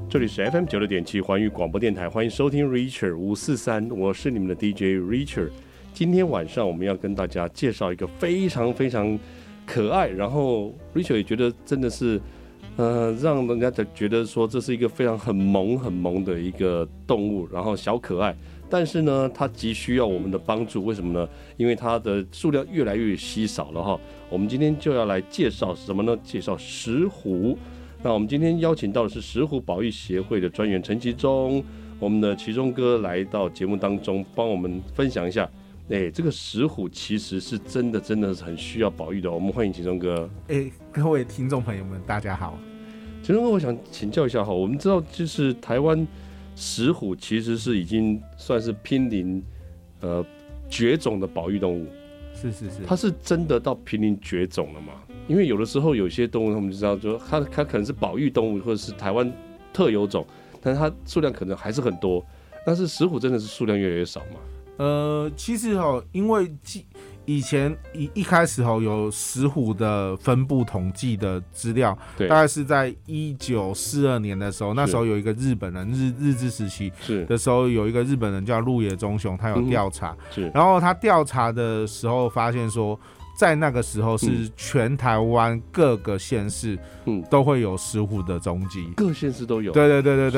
这里是 FM96.7 环宇广播电台，欢迎收听 Richard 543，我是你们的 DJ Richard。今天晚上我们要跟大家介绍一个非常非常可爱，然后 Richard 也觉得真的是，让人家觉得说这是一个非常很萌的一个动物，然后小可爱。但是呢，它急需要我们的帮助，为什么呢？因为它的数量越来越稀少了哈。我们今天就要来介绍什么呢？介绍石虎。那我们今天邀请到的是石虎保育协会的专员陈其中，我们的其中哥来到节目当中，帮我们分享一下。这个石虎其实是真的是很需要保育的。我们欢迎其中哥。 各位听众朋友们，大家好。 其中哥，我想请教一下哈，我们知道就是台湾石虎其实是已经算是濒临绝种的保育动物。 是， 它是真的到濒临绝种了吗？因为有的时候有些动物，我们就知道说它可能是保育动物，或者是台湾特有种，但是它数量可能还是很多。但是石虎真的是数量越来越少吗？ 其实因为以前一开始有石虎的分布统计的资料，大概是在1942年的时候，那时候有一个日本人日治时期的时候，有一个日本人叫鹿野忠雄，他有调查，然后他调查的时候发现说，在那个时候是全台湾各个县市都会有石虎的踪迹， 各县市都有。 对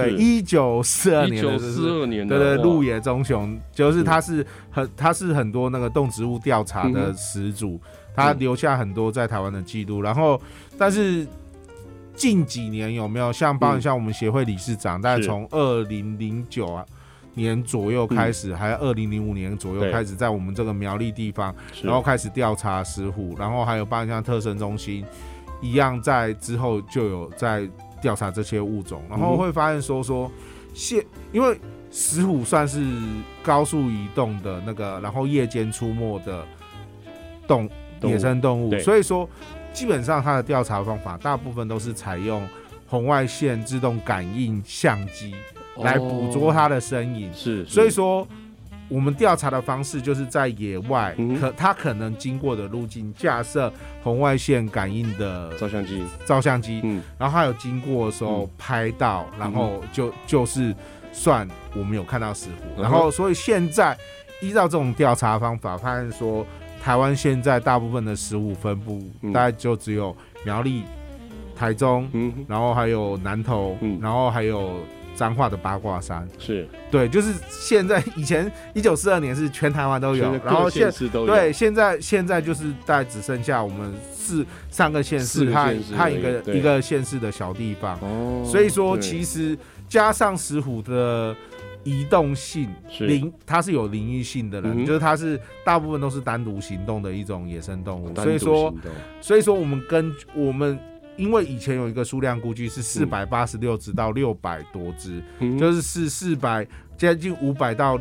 ，1942年的 1942年的，对，鹿野忠雄就是他是很多那个动植物调查的始祖，他留下很多在台湾的记录。然后，但是近几年有没有像我们协会理事长，大概从2009年左右开始，还有2005年左右开始，在我们这个苗栗地方，然后开始调查石虎，然后还有包括像特生中心一样，在之后就有在调查这些物种，然后会发现说因为石虎算是高速移动的那个，然后夜间出没的野生动物，所以说基本上它的调查方法大部分都是采用红外线自动感应相机来捕捉它的身影，所以说我们调查的方式就是在野外，它可能经过的路径架设红外线感应的照相机，然后还有经过的时候拍到，然后就是算我们有看到石虎，然后所以现在依照这种调查方法，发现说台湾现在大部分的石虎分布大概就只有苗栗、台中，然后还有南投，然后还有彰化的八卦山，对，就是现在以前1942年是全台湾都有，然后现在就是大概只剩下我们3个县市和一个县市的小地方，所以说其实加上石虎的移动性，它是有领域性的人，就是它是大部分都是单独行动的一种野生动物，所以说我们因为以前有一个数量估计是486只到600多只，就是400接近500到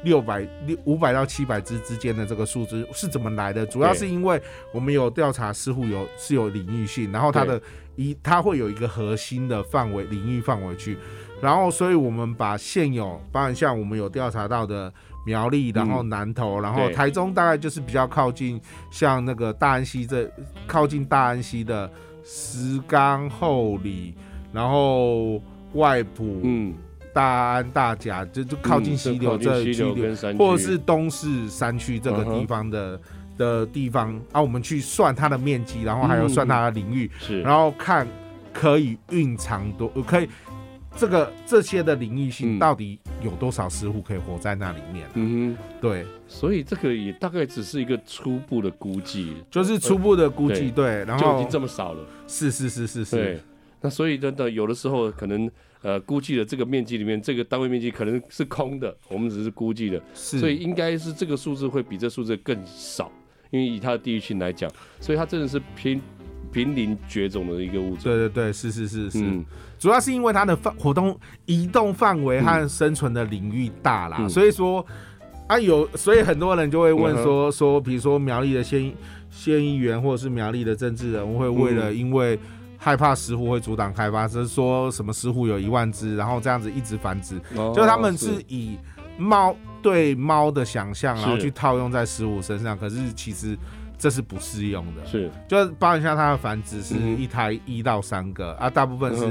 500到700只之间的这个数字是怎么来的？主要是因为我们有调查石虎是有领域性，然后它会有一个核心的领域范围去，然后所以我们把现有，包含像我们有调查到的苗栗，然后南投，然后台中大概就是比较靠近像那个大安溪靠近大安溪的石冈、后里，然后外埔、大安、大甲，就靠近溪流这区，或者是东势山区这个地方的地方我们去算它的面积，然后还有算它的领域，然后看可以蕴藏可以这些的领域性到底有多少石虎可以活在那里面，对， 所以这个也大概只是一个初步的估计， 就是初步的估计，对，然后就已经这么少了， 是， 对，那所以真的有的时候可能估计的这个面积里面，这个单位面积可能是空的，我们只是估计的，所以应该是这个数字会比这数字更少，因为以它的地域性来讲，所以它真的是濒临绝种的一个物种。 对，是，主要是因为它的移动范围和生存的领域大啦，所以说所以很多人就会问说，比如说苗栗的县议员或者是苗栗的政治人物会为了因为害怕石虎会阻挡开发，就是说什么石虎有1万只，然后这样子一直繁殖，就他们是以对猫的想象，然后去套用在石虎身上，可是其实这是不适用的， 是， 就是包含像它的繁殖是一胎1到3个大部分是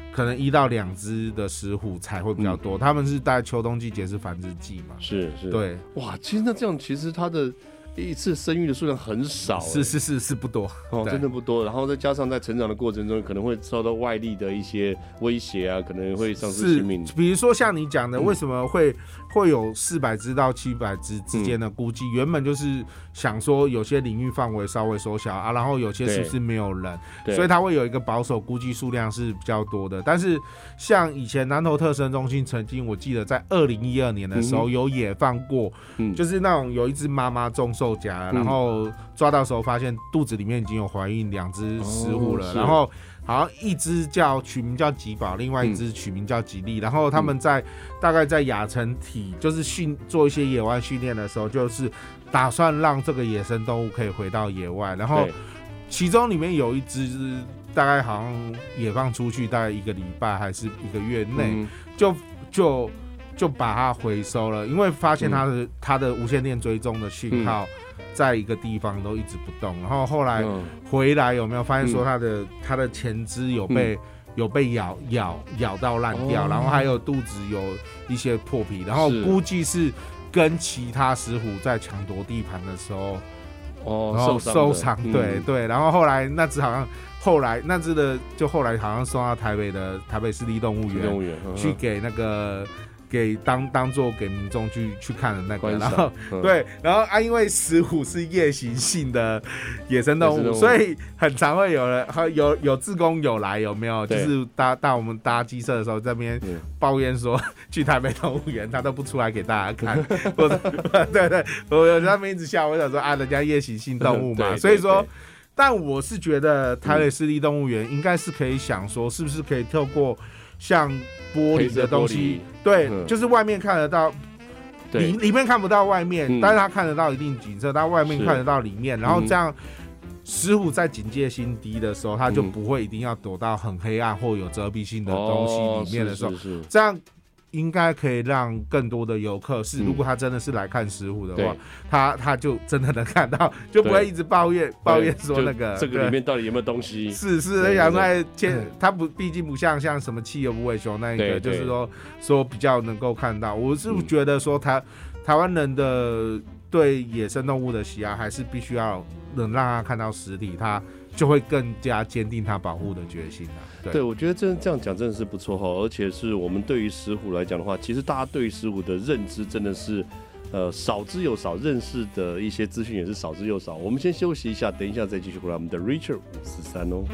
可能1到2只的石虎才会比较多，他们是在秋冬季节是繁殖季嘛。 是， 对， 哇，其实那这样其实它的一次生育的数量很少， 是不多哦，真的不多。然后再加上在成长的过程中，可能会受到外力的一些威胁啊，可能会丧失性命。 比如说像你讲的，为什么会有400只到700只之间的估计？原本就是想说有些领域范围稍微缩小啊，然后有些是不是没有人，所以它会有一个保守估计数量是比较多的。但是像以前南投特生中心曾经，我记得在2012年的时候有野放过，就是那种有一只妈妈中受夹，然后抓到时候发现肚子里面已经有怀孕2只石虎了，然后好像一只取名叫吉宝，另外一只取名叫吉利，然后他们大概在亚成体就是做一些野外训练的时候，就是打算让这个野生动物可以回到野外，然后其中里面有一只大概好像野放出去大概1个礼拜还是1个月内，就把它回收了，因为发现它的无线电追踪的讯号在一个地方都一直不动，然后后来回来有没有发现说它的前肢有被咬到烂掉，然后还有肚子有一些破皮，然后估计是跟其他石虎在抢夺地盘的时候然后受伤，对，然后后来那只好像后来好像送到台北市立动物园去给那个。当做给民众去看的那个，然后对，然后因为石虎是夜行性的野生动物，所以很常会有人有志工有来，有没有？就是我们搭机车的时候，这边抱怨说去台北动物园他都不出来给大家看，对，我有他们一直笑，我想说人家夜行性动物嘛，所以说。但我是觉得台北市立动物园应该是可以想说，是不是可以透过像玻璃的东西，对，就是外面看得到，里面看不到外面，但是他看得到一定景色，他外面看得到里面，然后这样石虎在警戒心低的时候，他就不会一定要躲到很黑暗或有遮蔽性的东西里面的时候，这样。应该可以让更多的游客如果他真的是来看石虎的话，他就真的能看到，就不会一直抱怨说那个这个里面到底有没有东西？ 是，想在他毕竟不像什么企鹅无尾熊那一个，就是说比较能够看到。我是觉得说台湾人的对野生动物的喜爱，还是必须要能让他看到实体，他就会更加坚定他保护的决心啊。 对，我觉得这样讲真的是不错哈，而且是我们对于石虎来讲的话，其实大家对于石虎的认知真的是少之又少，认识的一些资讯也是少之又少。我们先休息一下，等一下再继续回来我们的 Richard 543哦。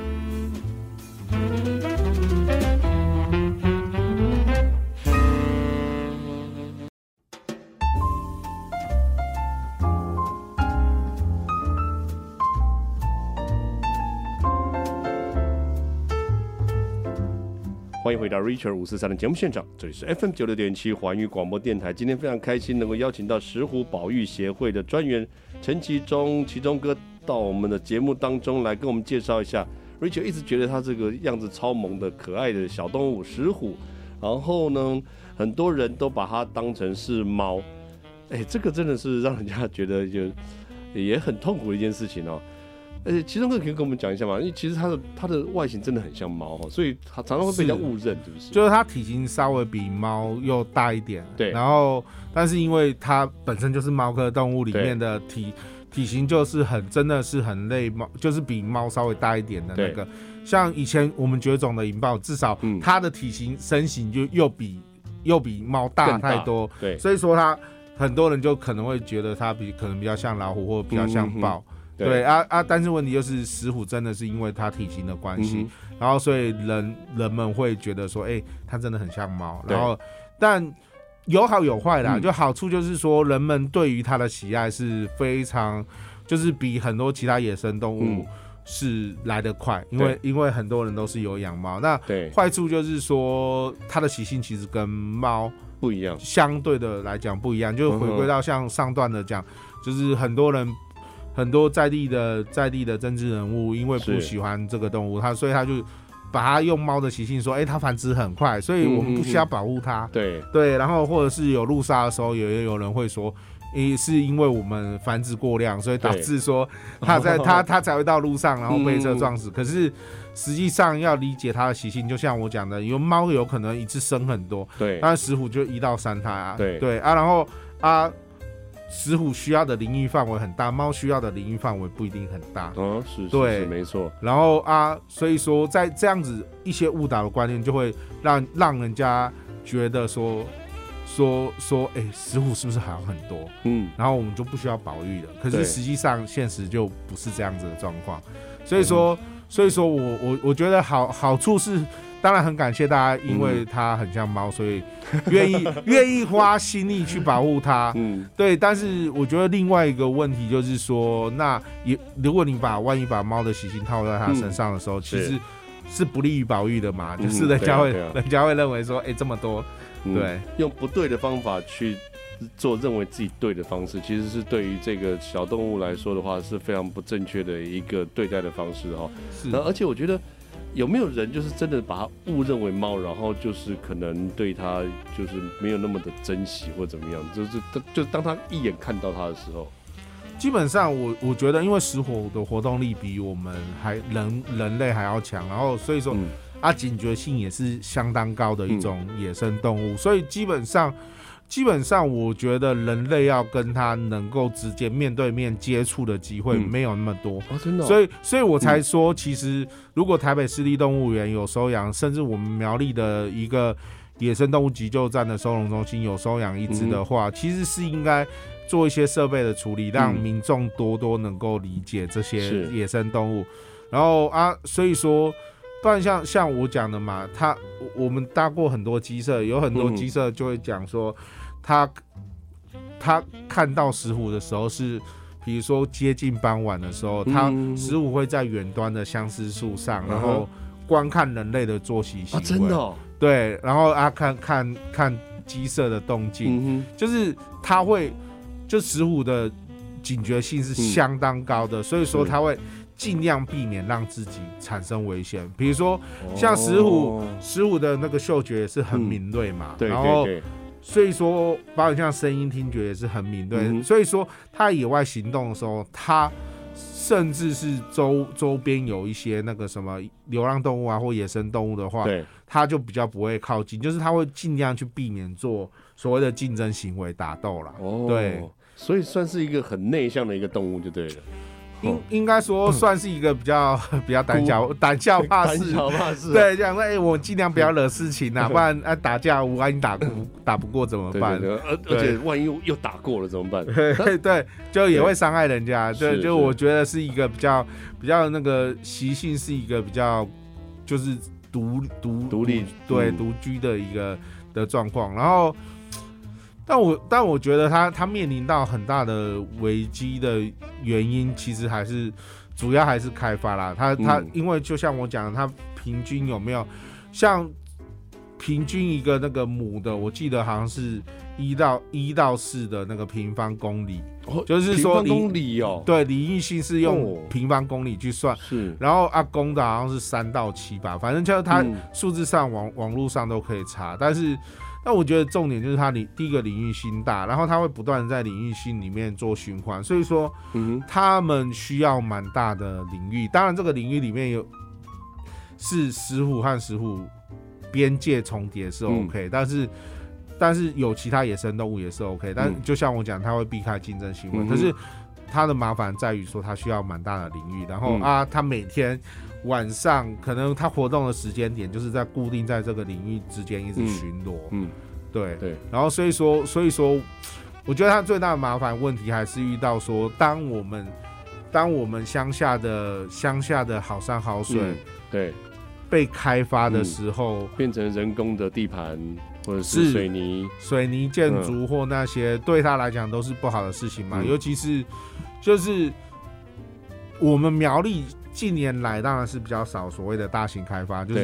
欢迎回到 Richard 543的节目现场，这里是 FM 96.7环宇广播电台。今天非常开心能够邀请到石虎保育协会的专员陈其中哥到我们的节目当中来跟我们介绍一下。Richard 一直觉得他这个样子超萌的可爱的小动物石虎，然后呢，很多人都把它当成是猫，这个真的是让人家觉得也很痛苦的一件事情哦。其中哥可以跟我们讲一下吗？因为其实它的外形真的很像猫，所以它常常会被人家误认，是不是？ 就是它体型稍微比猫又大一点， 对。 然后，但是因为它本身就是猫科动物里面的体型就是真的是很类猫，就是比猫稍微大一点的那个。像以前我们绝种的银豹，至少它的体型身形就又比猫大太多， 对。 所以说很多人就可能会觉得它可能比较像老虎，或者比较像豹。对但是问题就是石虎真的是因为它体型的关系，然后所以人们会觉得说，它真的很像猫。然后，但有好有坏啦，就好处就是说，人们对于它的喜爱是非常，就是比很多其他野生动物是来得快，因为很多人都是有养猫。那坏处就是说，它的习性其实跟猫不一样， 相对的来讲不一样，就回归到像上段的讲，就是很多在地的政治人物，因为不喜欢这个动物，所以他就把它用猫的习性说，它繁殖很快，所以我们不需要保护它。 对， 然后或者是有路杀的时候，也有人会说， 也是因为我们繁殖过量，所以导致说它才会到路上，然后被车撞死。可是实际上要理解它的习性，就像我讲的，有猫有可能一次生很多， 对， 但石虎就1到3胎啊， 对啊，然后啊。石虎需要的领域范围很大，猫需要的领域范围不一定很大。 是， 对， 是没错。 然后啊，所以说在这样子一些误导的观念，就会让人家觉得说，石虎是不是好像很多？然后我们就不需要保育了。可是实际上现实就不是这样子的状况。所以说我觉得好处是。当然很感谢大家，因为它很像猫，所以愿意花心力去保护它。对。但是我觉得另外一个问题就是说，那如果你万一把猫的习性套在它身上的时候，其实是不利于保育的嘛。就是人家会认为说，这么多，对， 用不对的方法去做认为自己对的方式，其实是对于这个小动物来说的话，是非常不正确的一个对待的方式哈。是。而且我觉得。有没有人就是真的把它误认为猫，然后就是可能对它就是没有那么的珍惜或怎么样？就当他一眼看到它的时候， 基本上我觉得，因为石虎的活动力比我们人类还要强，然后所以说警觉性也是相当高的一种野生动物，所以基本上，我觉得人类要跟它能够直接面对面接触的机会没有那么多， 真的。 所以我才说，其实如果台北市立动物园有收养，甚至我们苗栗的一个野生动物急救站的收容中心有收养一只的话，其实是应该做一些设备的处理，让民众多能够理解这些野生动物。然后所以说。不然像我讲的嘛，我们搭过很多鸡舍，有很多鸡舍就会讲说，他看到石虎的时候是，比如说接近傍晚的时候，石虎会在远端的相思树上，然后观看人类的作息行为。 真的哦。 对，然后看鸡舍的动静，就是他会，就石虎的警觉性是相当高的，所以说他会。尽量避免让自己产生危险，比如说像石虎的那个嗅觉也是很敏锐嘛，然后所以说包括像声音听觉也是很敏锐，所以说他野外行动的时候，他甚至是周边有一些那个什么流浪动物啊或野生动物的话，他就比较不会靠近，就是他会尽量去避免做所谓的竞争行为打斗啦。对， 所以算是一个很内向的一个动物就对了。 应该说算是一个比较胆小怕事，对，这样说，我尽量不要惹事情啊，不然打架我万一打不过怎么办？ 而且万一又打过了怎么办？ 对，就也会伤害人家。对，就我觉得是一个比较那个习性，是一个比较就是独立独居的一个的状况，然后。但我觉得他面临到很大的危机的原因，其实主要还是开发啦。他因为就像我讲的，他平均有没有像平均一个那个母的，我记得好像是1到4的那个平方公里，就是说平方公里哦， 对，领域性是用平方公里去算， 是。 然后公的好像是3到7吧，反正就是它数字上网络上都可以查，但我觉得重点就是它第一个领域性大，然后它会不断的在领域性里面做循环，所以说，他们需要蛮大的领域。当然，这个领域里面是石虎和石虎边界重叠是 OK，但是有其他野生动物也是 OK，但就像我讲，它会避开竞争行为，可是它的麻烦在于说它需要蛮大的领域，然后它每天。晚上可能他活动的时间点就是在固定在这个领域之间一直巡逻，对，然后所以说，我觉得他最大的麻烦问题还是遇到说，当我们乡下的好山好水， 对， 被开发的时候， 变成人工的地盘或者是水泥建筑或那些，对他来讲都是不好的事情嘛，尤其是就是我们苗栗。近年来当然是比较少所谓的大型开发，就是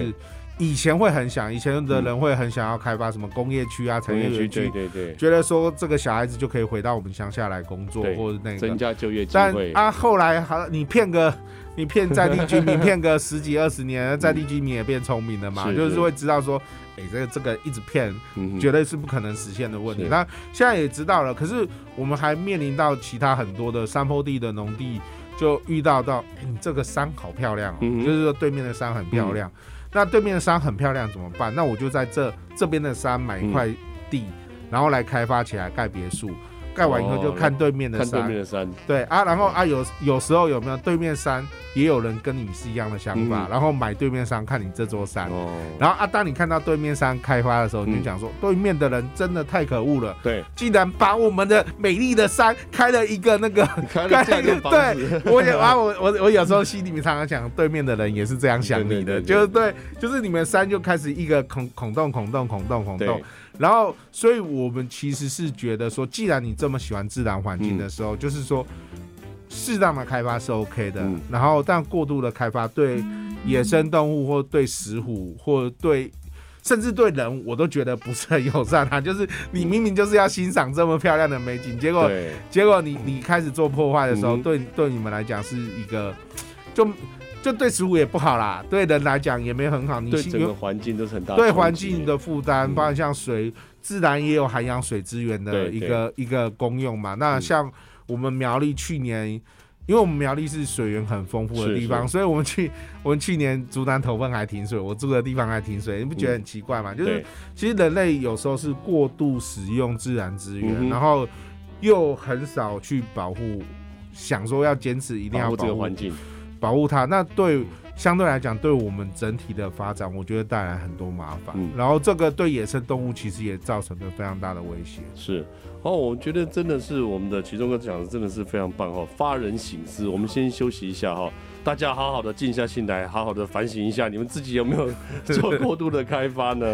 以前会很想，以前的人会很想要开发什么工业区啊、产业园区， 对， 觉得说这个小孩子就可以回到我们乡下来工作，或者那个增加就业机会。 但后来好，你骗在地居民，骗个10几20年，在地居民也变聪明了嘛，就是会知道说，这个一直骗，绝对是不可能实现的问题。那现在也知道了，可是我们还面临到其他很多的山坡地的农地，就遇到你这个山好漂亮就是说对面的山很漂亮。那对面的山很漂亮怎么办？那我就在这边的山买一块地，然后来开发起来盖别墅。盖完以后就看对面的山， 看对面的山， 对啊，然后有时候有没有对面山也有人跟你是一样的想法，然后买对面山看你这座山，然后当你看到对面山开发的时候，你就讲说对面的人真的太可恶了， 对， 竟然把我们的美丽的山开了一个那个， 开了一个房子， 对，我有时候心里面常常讲，对面的人也是这样想你的，就是你们山就开始一个孔洞。然后，所以我们其实是觉得说，既然你这么喜欢自然环境的时候，就是说，适当的开发是 OK 的。然后，但过度的开发对野生动物或对石虎或甚至对人，我都觉得不是很友善啊。就是你明明就是要欣赏这么漂亮的美景，结果你开始做破坏的时候，对你们来讲是一个就对石虎也不好啦，对人来讲也没很好，你对整个环境都是很大的对环境的负担，包括像水，自然也有涵养水资源的一个功用嘛。那像我们苗栗去年，因为我们苗栗是水源很丰富的地方，所以我们去年竹南头份还停水，我住的地方还停水，你不觉得很奇怪吗？就是其实人类有时候是过度使用自然资源，然后又很少去保护，想说要坚持一定要保护这个环境。 保护它，那相对来讲，对我们整体的发展，我觉得带来很多麻烦。然后这个对野生动物其实也造成了非常大的威胁。 是我觉得真的是我们的其中哥讲的真的是非常棒发人省思。我们先休息一下大家好好的静下心来，好好的反省一下，你们自己有没有做过度的开发呢？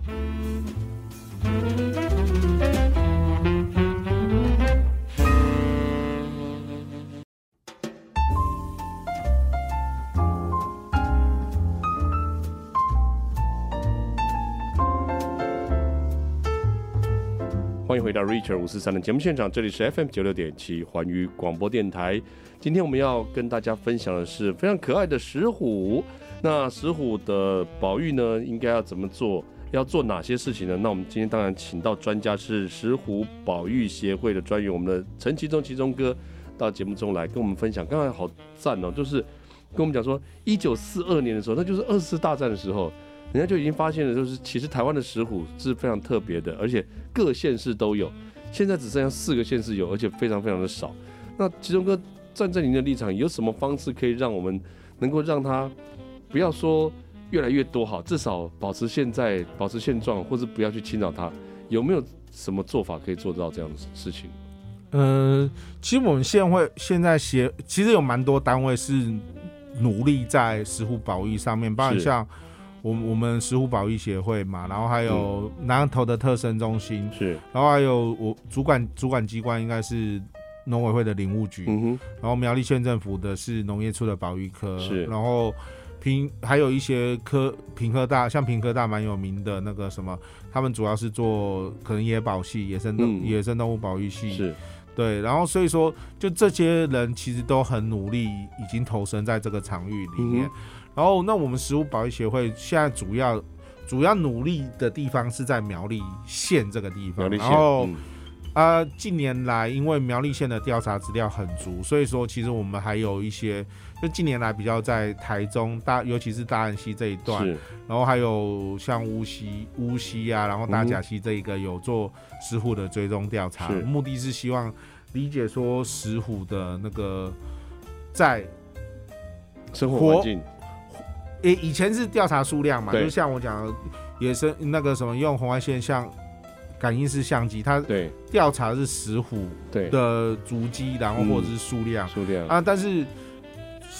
欢迎回到 Reacher 543的节目现场，这里是 FM 96.7环宇广播电台。今天我们要跟大家分享的是非常可爱的石虎。那石虎的保育呢，应该要怎么做？要做哪些事情呢？那我们今天当然请到专家是石虎保育协会的专员，我们的陈其中哥到节目中来跟我们分享。刚才好赞就是跟我们讲说，1942年的时候，那就是24大战的时候。人家就已经发现了，就是其实台湾的石虎是非常特别的，而且各县市都有，现在只剩下4个县市有，而且非常非常的少。那其中哥站在您的立场，有什么方式可以让我们能够让它不要说越来越多至少保持现状，或是不要去侵扰它？有没有什么做法可以做到这样的事情？ 其实我们现在其实有蛮多单位是努力在石虎保育上面，包括像我们石虎保育协会嘛，然后还有南投的特生中心，是，然后还有我主管机关应该是农委会的林务局，然后苗栗县政府的是农业处的保育科，是，然后还有一些屏科大，像屏科大蛮有名的那个什么，他们主要是做可能野保系、野生动物保育系，是。对，然后所以说，就这些人其实都很努力，已经投身在这个场域里面。然后，那我们石虎保育协会现在主要努力的地方是在苗栗县这个地方。然后，近年来因为苗栗县的调查资料很足，所以说其实我们还有一些，就近年来比较在台中尤其是大安溪这一段，然后还有像乌溪啊，然后大甲溪这一个有做石虎的追踪调查，目的是希望理解说石虎的那个在生活环境。 以前是调查数量嘛，就像我讲的野生那个什么用红外线像感应式相机，它调查的是石虎的足迹，然后或者是数量啊。但是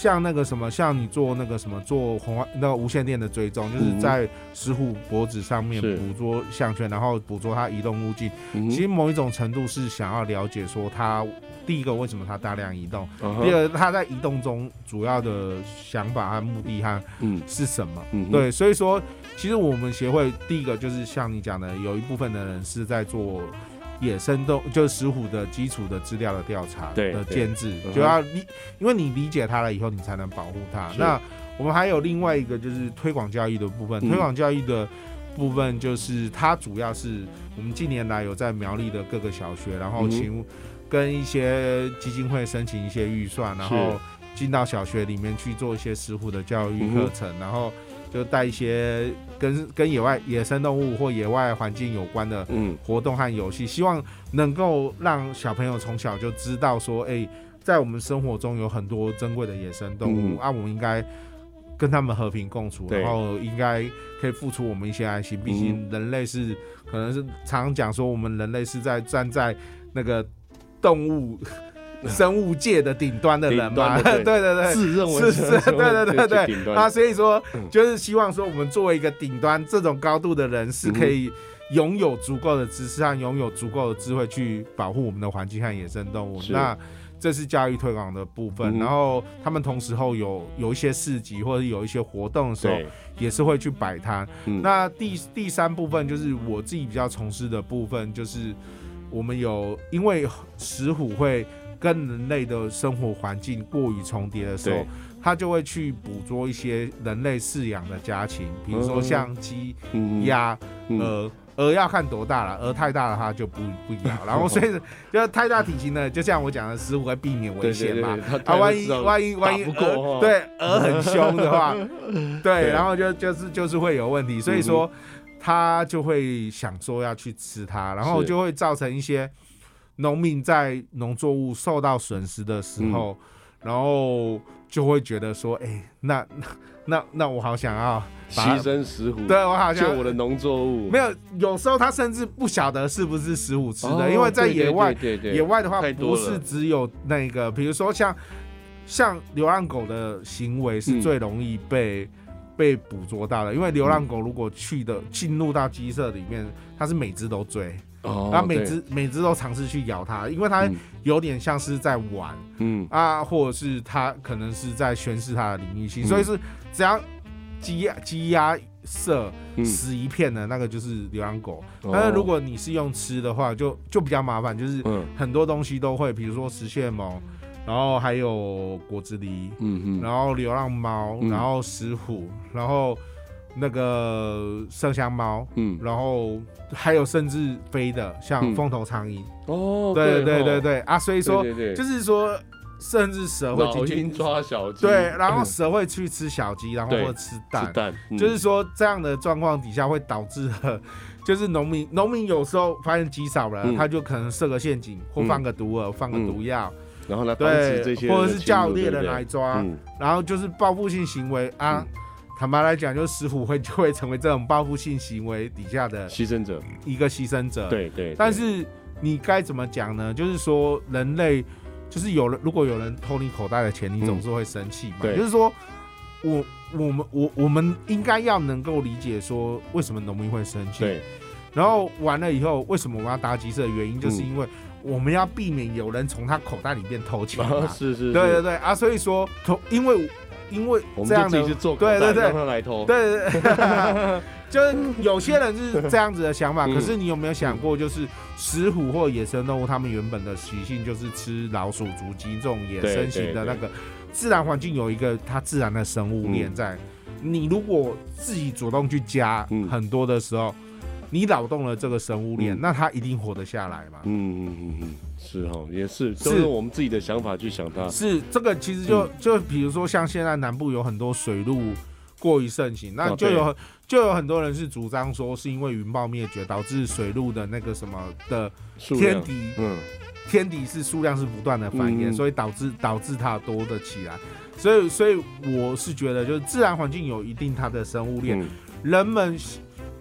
像那个什么，像你做那个什么做那个无线电的追踪，就是在石虎脖子上面捕捉项圈，然后捕捉它移动路径。其实某一种程度是想要了解说它第一个为什么它大量移动，第二个它在移动中主要的想法和目的和是什么。对，所以说其实我们协会第一个就是像你讲的，有一部分的人是在做野生动就是石虎的基础的资料的调查的建制，就要因为你理解它了以后，你才能保护它。那我们还有另外一个就是推广教育的部分，推广教育的部分就是它主要是我们近年来有在苗栗的各个小学，然后跟一些基金会申请一些预算，然后进到小学里面去做一些石虎的教育课程，然后就带一些跟野生动物或野外环境有关的活动和游戏，希望能够让小朋友从小就知道说，在我们生活中有很多珍贵的野生动物我们应该跟他们和平共处，然后应该可以付出我们一些爱心。毕竟人类是可能是常常讲说，我们人类是站在那个动物生物界的顶端的人嘛，对对对， 自认为是， 对啊，所以说就是希望说，我们作为一个顶端这种高度的人，是可以拥有足够的知识和拥有足够的智慧去保护我们的环境和野生动物。那这是教育推广的部分，然后他们同时候有一些市集或者有一些活动的时候，也是会去摆摊。那第三部分就是我自己比较从事的部分，就是我们因为石虎会跟人类的生活环境过于重叠的时候，他就会去捕捉一些人类饲养的家禽，比如说像鸡、鸭、鹅要看多大了，鹅太大了它就不咬，然后所以就太大体型呢，就像我讲的，石虎会避免危险嘛。万一对鹅很凶的话，对，然后就是会有问题，所以说他就会想说要去吃它，然后就会造成一些农民在农作物受到损失的时候，然后就会觉得说，那我好想要牺牲石虎， 对我好像救我的农作物。 没有时候他甚至不晓得是不是石虎吃的，因为在野外的话，不是只有那个，比如说像流浪狗的行为是最容易被捕捉到的，因为流浪狗如果进入到鸡舍里面，它是每只都追。然后每只都尝试去咬它，因为它有点像是在玩，或者是它可能是在宣示它的领域性，所以是只要鸡鸭舍死一片的那个就是流浪狗。但是如果你是用吃的话，就比较麻烦，就是很多东西都会，比如说食蟹獴，然后还有果子狸，然后流浪猫，然后石虎，然后那个麝香猫，然后还有甚至飞的，像凤头苍蝇。对啊，所以说就是说，甚至蛇会进去抓小鸡， 对，然后蛇会去吃小鸡，然后或吃蛋，就是说这样的状况底下会导致就是农民有时候发现鸡少了，他就可能设个陷阱或放个毒饵，放个毒药。 然后来防止这些， 或者是叫猎人来抓，然后就是报复性行为啊。坦白来讲，就是石虎就会成为这种报复性行为底下的牺牲者， 一个牺牲者。 对。但是你该怎么讲呢？就是说，人类就是如果有人偷你口袋的钱，你总是会生气嘛。就是说，我们应该要能够理解说，为什么农民会生气。对。然后完了以后，为什么我们要打鸡舍的原因，就是因为我们要避免有人从他口袋里面偷钱嘛。 是。 对啊，所以说因为这样的， 我们就自己去做口袋，让他来偷。 对，就是有些人是这样子的想法。可是你有没有想过，就是石虎或野生动物，它们原本的习性就是吃老鼠、竹鸡这种野生型的那个自然环境有一个它自然的生物链在。你如果自己主动去加很多的时候，你扰动了这个生物链，那它一定活得下来嘛？ 是哈，也是，都是我们自己的想法去想它。是这个，其实就比如说像现在南部有很多水鹿过于盛行，那就有很多人是主张说，是因为云豹灭绝导致水鹿的那个什么的天敌是数量是不断的繁衍，所以导致它多的起来。所以我是觉得，就是自然环境有一定它的生物链，人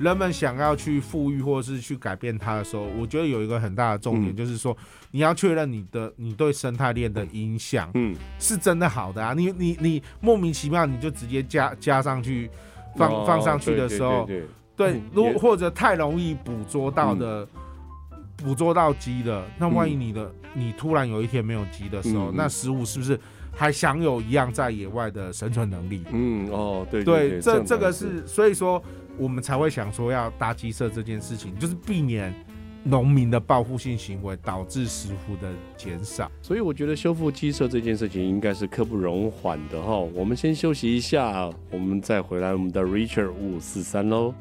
人们想要去富裕或是去改变它的时候，我觉得有一个很大的重点，就是说你要确认你对生态链的影响是真的好的啊。你莫名其妙你就直接加上去放上去的时候，对，如果或者太容易捕捉到鸡了，那万一你突然有一天没有鸡的时候，那食物是不是还享有一样在野外的生存能力？ 对， 这个是，所以说我们才会想说要搭鸡舍这件事情，就是避免农民的报复性行为导致食谱的减少。 所以我觉得修复鸡舍这件事情应该是刻不容缓的哈。我们先休息一下，我们再回来我们的 Richard 543喽。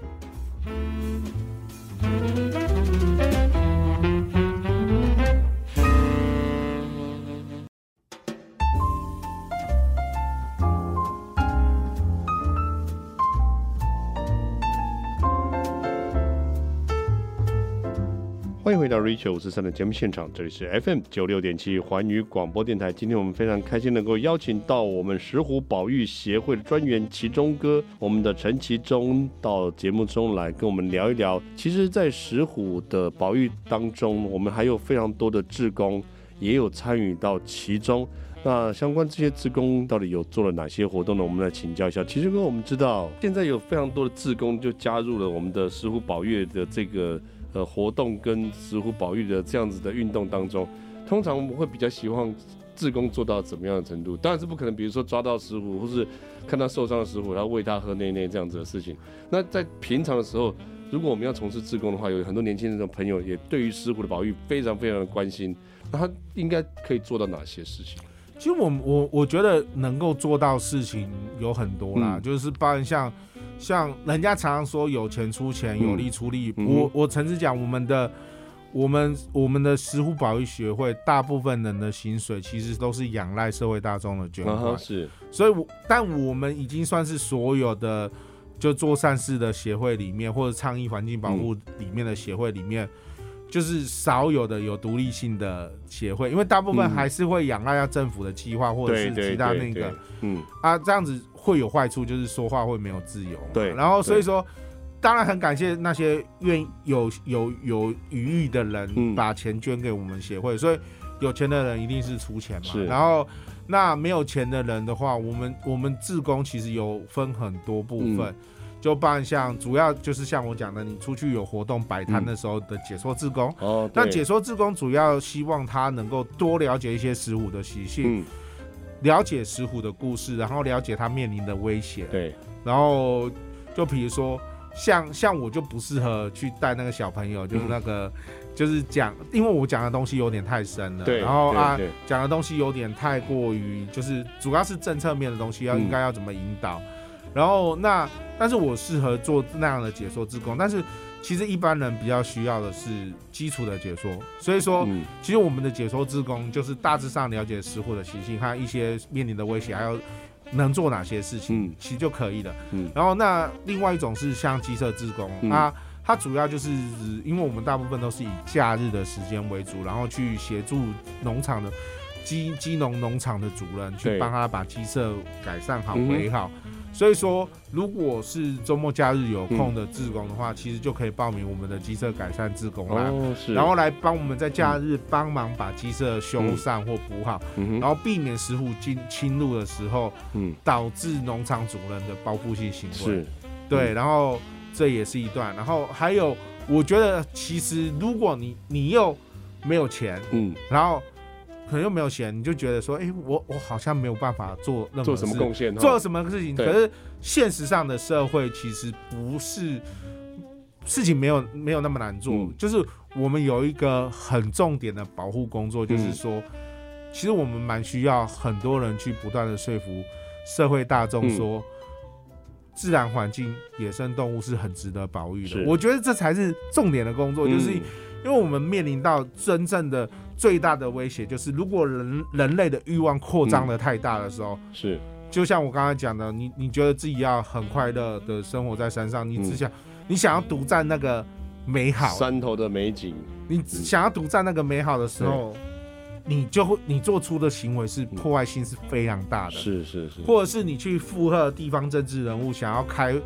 欢迎回到 Richard 543的节目现场，这里是 FM 96.7环宇广播电台。今天我们非常开心能够邀请到我们石虎保育协会的专员其中哥，我们的陈其中到节目中来跟我们聊一聊。其实在石虎的保育当中，我们还有非常多的志工也有参与到其中。那相关这些志工到底有做了哪些活动呢？我们来请教一下。其实我们知道现在有非常多的志工就加入了我们的石虎保育的这个活动跟石虎保育的这样子的运动当中，通常我们会比较希望志工做到怎么样的程度？当然是不可能，比如说抓到石虎，或是看到受伤的石虎，然后喂它喝内这样子的事情。那在平常的时候，如果我们要从事志工的话，有很多年轻人的朋友也对于石虎的保育非常非常的关心，那他应该可以做到哪些事情？ 其实我觉得能够做到事情有很多啦，就是包含像人家常常说有钱出钱，有力出力。我诚实讲，我们的石虎保育协会大部分人的薪水其实都是仰赖社会大众的捐款， 是。 所以但我们已经算是所有的就做善事的协会里面，或者倡议环境保护里面的协会里面。就是少有的有独立性的协会，因为大部分还是会仰赖政府的计划或者是其他那个，这样子会有坏处，就是说话会没有自由。 对， 然后所以说，当然很感谢那些愿意有余裕的人把钱捐给我们协会，所以有钱的人一定是出钱嘛。然后那没有钱的人的话，我们志工其实有分很多部分。就包含像主要就是像我讲的，你出去有活动摆摊的时候的解说志工，那解说志工主要希望他能够多了解一些石虎的习性，了解石虎的故事，然后了解他面临的威胁。 对， 然后就比如说像我就不适合去带那个小朋友，就是那个就是讲，因为我讲的东西有点太深了，然后讲的东西有点太过于就是主要是政策面的东西，应该要怎么引导。然后但是我适合做那样的解说志工，但是其实一般人比较需要的是基础的解说，所以说，其实我们的解说志工就是大致上了解石虎的习性和一些面临的威胁，还有能做哪些事情，其实就可以了。然后那另外一种是像鸡舍志工，它主要就是因为我们大部分都是以假日的时间为主，然后去协助农场的鸡农场的主人去帮他把鸡舍改善好、围好。所以说，如果是周末假日有空的志工的话，其实就可以报名我们的鸡舍改善志工啦，然后来帮我们在假日帮忙把鸡舍修缮或补好，然后避免石虎侵入的时候，导致农场主人的报复性行为。对，然后这也是一段，然后还有，我觉得其实如果你又没有钱，然后可能又没有钱，你就觉得说，我好像没有办法做任何什么贡献， 做什么事情。可是现实上的社会其实不是事情没有那么难做，就是我们有一个很重点的保护工作，就是说，其实我们蛮需要很多人去不断的说服社会大众说，自然环境、野生动物是很值得保育的。我觉得这才是重点的工作，就是因为我们面临到真正的最大的威胁，就是如果人类的欲望扩张的太大的时候，就像我刚才讲的，你觉得自己要很快乐的生活在山上，你想要独占那个美好山头的美景， 你想要独占那个美好的时候，你做出的行为是破坏性是非常大的， 是， 或者是你去附和地方政治人物，想要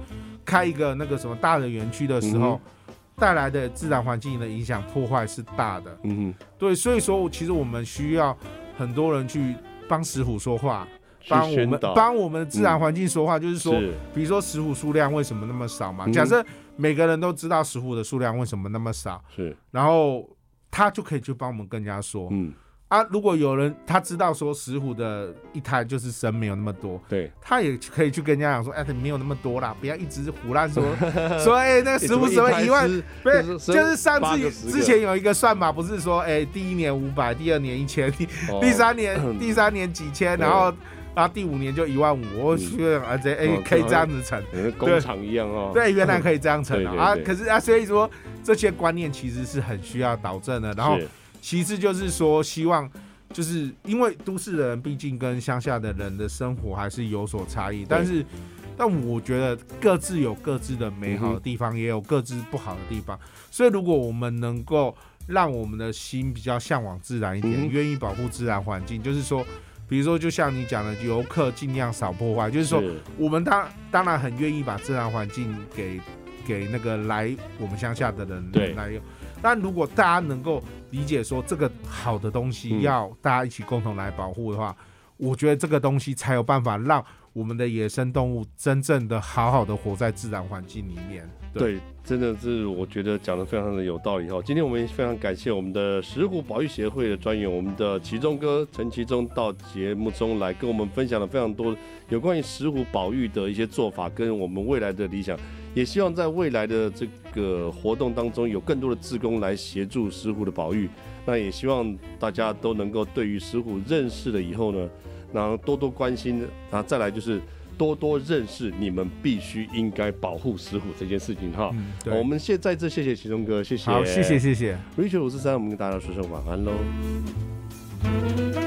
开一个那个什么大的园区的时候，带来的自然环境的影响破坏是大的。对，所以说其实我们需要很多人去帮石虎说话。帮我们的自然环境说话，就是说，比如说石虎数量为什么那么少嘛？假设每个人都知道石虎的数量为什么那么少，然后他就可以去帮我们跟人家说，如果有人他知道说石虎的一胎就是生没有那么多， 对， 他也可以去跟人家讲说，没有那么多啦，不要一直胡乱说那个石虎什么1万，不是，就是上次之前有一个算法，不是说第1年500，第2年1000，第三年几千，然后第5年就15000，我觉得可以这样子乘， 跟工厂一样哦。 对，原来可以这样乘可是所以说这些观念其实是很需要导正的。然后其次就是说，希望就是因为都市的人毕竟跟乡下的人的生活还是有所差异，但我觉得各自有各自的美好的地方，也有各自不好的地方。所以如果我们能够让我们的心比较向往自然一点，愿意保护自然环境，就是说。比如说，就像你讲的，游客尽量少破坏。就是说，我们当然很愿意把自然环境给那个来我们乡下的人来用。但如果大家能够理解说这个好的东西要大家一起共同来保护的话，我觉得这个东西才有办法让我们的野生动物真正的好好的活在自然环境里面。 对，真的是我觉得讲得非常的有道理哈。今天我们也非常感谢我们的石虎保育协会的专员，我们的其中哥陈其中到节目中来跟我们分享了非常多有关于石虎保育的一些做法跟我们未来的理想，也希望在未来的这个活动当中有更多的志工来协助石虎的保育。那也希望大家都能够对于石虎认识了以后呢，然后多多关心，然后再来就是多多认识你们必须应该保护石虎这件事情哈。我们再次谢谢其中哥，谢谢。 好，谢谢。Richard 543，我们跟大家说声晚安喽。